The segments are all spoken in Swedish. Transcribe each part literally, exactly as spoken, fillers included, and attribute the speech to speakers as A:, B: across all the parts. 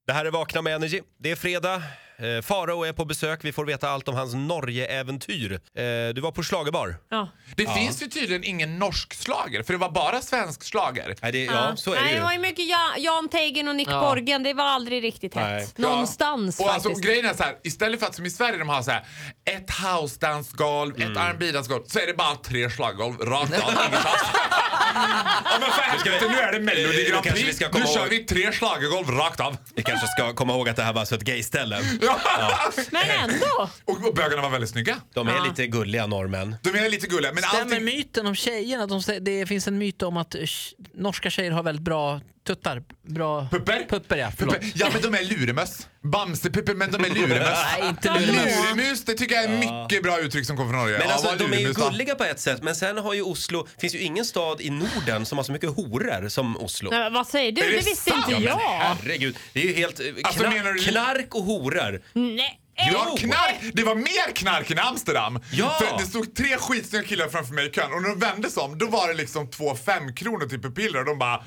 A: Det här är Vakna med Energy. Det är fredag. Eh, Farao är på besök. Vi får veta allt om hans Norge-äventyr. Eh, du var på schlagerbar.
B: Ja.
C: Det
A: Ja.
C: finns ju tydligen ingen norsk slager, för det var bara svensk slager.
A: Nej, det, ja, så är det
B: Nej,
A: ju.
B: det var ju mycket Jan, Jan Teigen och Nick
D: Ja.
B: Borgen. Det var aldrig riktigt
A: Nej.
B: hett. Någonstans
C: Och
B: faktiskt.
C: alltså, grejen är så här, istället för att som i Sverige de har så här ett house-dansgolv,
A: Mm.
C: ett R and B-dansgolv, så är det bara tre slaggolv rakt av. Inget fast. Ja, men för helvete, nu är det Melodi
A: Då
C: Grand
A: kanske vi
C: Prix.
A: ska
C: Nu
A: komma
C: kör
A: ihåg-
C: vi tre schlagergolv rakt av.
A: Vi kanske ska komma ihåg att det här var alltså ett gayställe.
C: Ja.
B: Men ändå.
C: Och, och bögarna var väldigt snygga.
A: De är
B: Ja.
A: lite gulliga, norrmän.
C: De är lite gulliga, men
D: Stämmer
C: allting...
D: myten om tjejerna? De, sä- det finns en myt om att sh- norska tjejer har väldigt bra tuttar. Bra
C: Pupper?
D: Pupper, ja. Förlåt.
C: Pupper. Ja, men de är luremöss. Bamsepupper, men de är luremöss.
D: Nej, inte luremöss.
C: Luremus, det tycker jag är mycket bra uttryck som kommer från Norge.
A: Men
C: Ja,
A: alltså,
C: vad
A: de är ju
C: luremus, va?
A: gulliga på ett sätt. Men sen har ju Oslo... finns ju ingen stad i Norden som har så mycket horor som Oslo.
B: Nej, men vad säger du?
C: Är
B: Det
C: det
B: visste
C: sant?
B: inte
A: Ja, men
B: jag.
A: herregud. Det är ju helt... eh,
C: Alltså,
A: kna-
C: menar du-
A: Knark och horor.
B: Nej.
C: Ja,
A: Jo.
C: knark! Det var mer knark än Amsterdam.
A: Ja.
C: För det stod tre skitsnygga killar framför mig i kön och när de vände sig om, då var det liksom två femkronor till pupiller och de bara...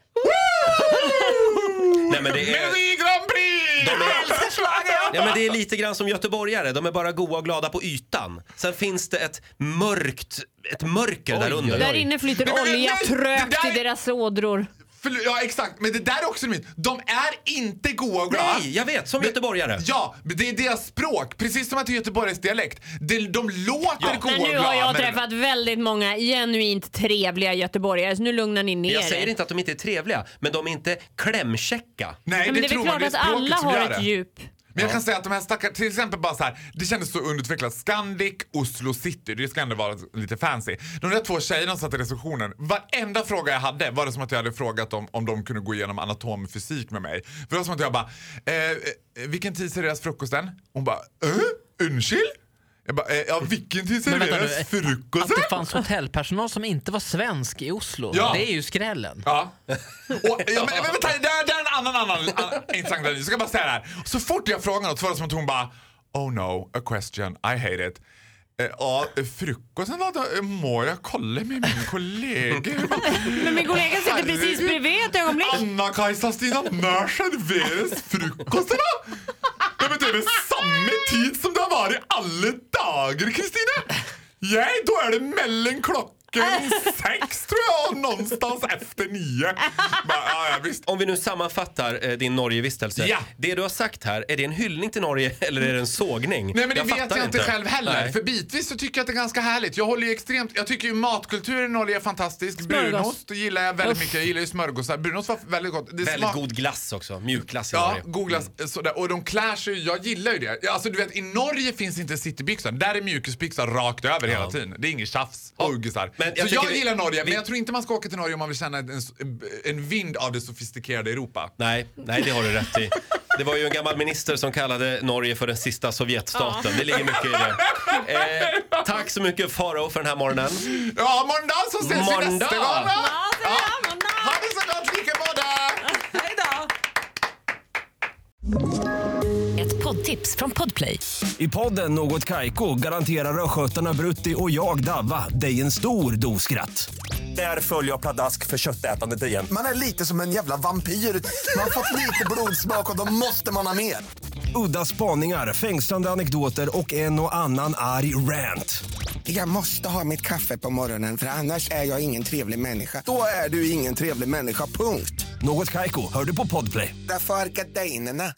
A: Nej, men det är...
C: Melodi Grand Prix!
A: De är-
C: Älskar schlager!
A: Ja, men det är lite grann som göteborgare. De är bara goa och glada på ytan. Sen finns det ett mörkt, ett mörker där
D: Oj,
A: under.
B: Där inne flyter
C: Men- men-
B: olja
C: men-
B: trögt
C: det där-
B: i deras ådror.
C: Förl- Ja, exakt. Men det där är också en myt. De är inte goa och glada.
A: Nej, jag vet. Som göteborgare.
C: Ja, men det är deras språk. Precis som att det är Göteborgs dialekt. De, de låter goa
B: Men
C: och
B: nu
C: glada.
B: har jag
C: men-
B: träffat väldigt många genuint trevliga göteborgare, så nu lugnar ni ner
A: Jag säger
B: er.
A: inte att de inte är trevliga, men de är inte klämkäcka.
C: Nej,
B: Men
C: det,
B: det är väl
C: tror man.
B: klart
C: Det är
B: att
C: språket
B: alla
C: som
B: har
C: gör
B: ett
C: det.
B: djup.
C: Men jag kan säga att de här stackar, till exempel bara så här, det kändes så underutvecklat. Scandic, Oslo City, det ska ändå vara lite fancy. De där två tjejerna satt i receptionen. Varenda fråga jag hade var det som att jag hade frågat dem om de kunde gå igenom anatom och fysik med mig. För det var som att jag bara, eh, eh, vilken tid serveras frukosten? Hon bara, eh, undskyld? Jag bara, eh, ja, vilken tid
D: Men vänta
C: serveras
D: nu,
C: frukosten?
D: att det fanns hotellpersonal som inte var svensk i Oslo.
C: Ja.
D: Det är ju skrällen.
C: Ja. Och, ja men, men vänta, det är, det är en annan, annan, annan intressant grej. Så ska jag bara säga det här. Så fort jag frågar något så var det som att hon bara, oh no, a question, I hate it. Eh, Ja, frukosten då, då må jag kolla med min kollega.
B: Men min kollega sitter precis bredvid ett ögonblick.
C: Anna-Kajsa Stina, när serveras frukosten då? Ja, men det är väl samma tid som det har varit alla dagar, Kristina? Ja, då är det mellan klockan sex tror jag, och någonstans efter nio. Bara, ja, ja, visst.
A: Om vi nu sammanfattar eh, din Norge-vistelse.
C: Ja.
A: Det du har sagt här, är det en hyllning till Norge eller är det en sågning?
C: Nej, men det vet
A: fattar
C: jag inte själv heller.
A: Nej.
C: För bitvis så tycker jag att det är ganska härligt. Jag håller ju extremt, jag tycker ju matkulturen i Norge är fantastisk.
B: Smörgås.
C: Brunost gillar jag väldigt
B: Uff.
C: mycket. Jag gillar ju smörgåsar. Brunost var väldigt gott. Det
A: Väldigt
C: smak-
A: god glass också, mjukglass i
C: Ja,
A: Norge.
C: googlas sådär. Och de klär sig, jag gillar ju det. Ja, alltså du vet, i Norge finns inte citybyxan. Där är mjukisbyxan rakt över hela tiden. Det är ingen tjafs och uggisar.
A: men jag
C: Så
A: tycker
C: jag
A: vi-
C: gillar Norge,
A: vi-
C: men jag tror inte man ska åka till Norge om man vill känna en, en vind av det sofistikerade Europa.
A: Nej, nej, det har du rätt i. Det var ju en gammal minister som kallade Norge för den sista Sovjetstaten. Det ligger mycket i det. Eh, tack så mycket Farao för den här morgonen.
C: Ja, måndag så ses vi
A: Måndag.
C: nästa gång. va?
B: Ja, så är det, måndag.
C: Ha det så gott, lika båda!
D: Hej då!
E: Ett poddtips från Podplay.
F: I podden Något Kaiko garanterar östgötarna Brutti och jag Davva dig en stor dos skratt. Där följer jag pladask för köttätandet igen.
G: Man är lite som en jävla vampyr. Man har fått lite blodsmak och då måste man ha mer.
F: Udda spaningar, fängslande anekdoter och en och annan arg rant.
G: Jag måste ha mitt kaffe på morgonen för annars är jag ingen trevlig människa. Då är du ingen trevlig människa, punkt.
F: Något Kaiko, hör du på Podplay.
G: Därför är gardinerna.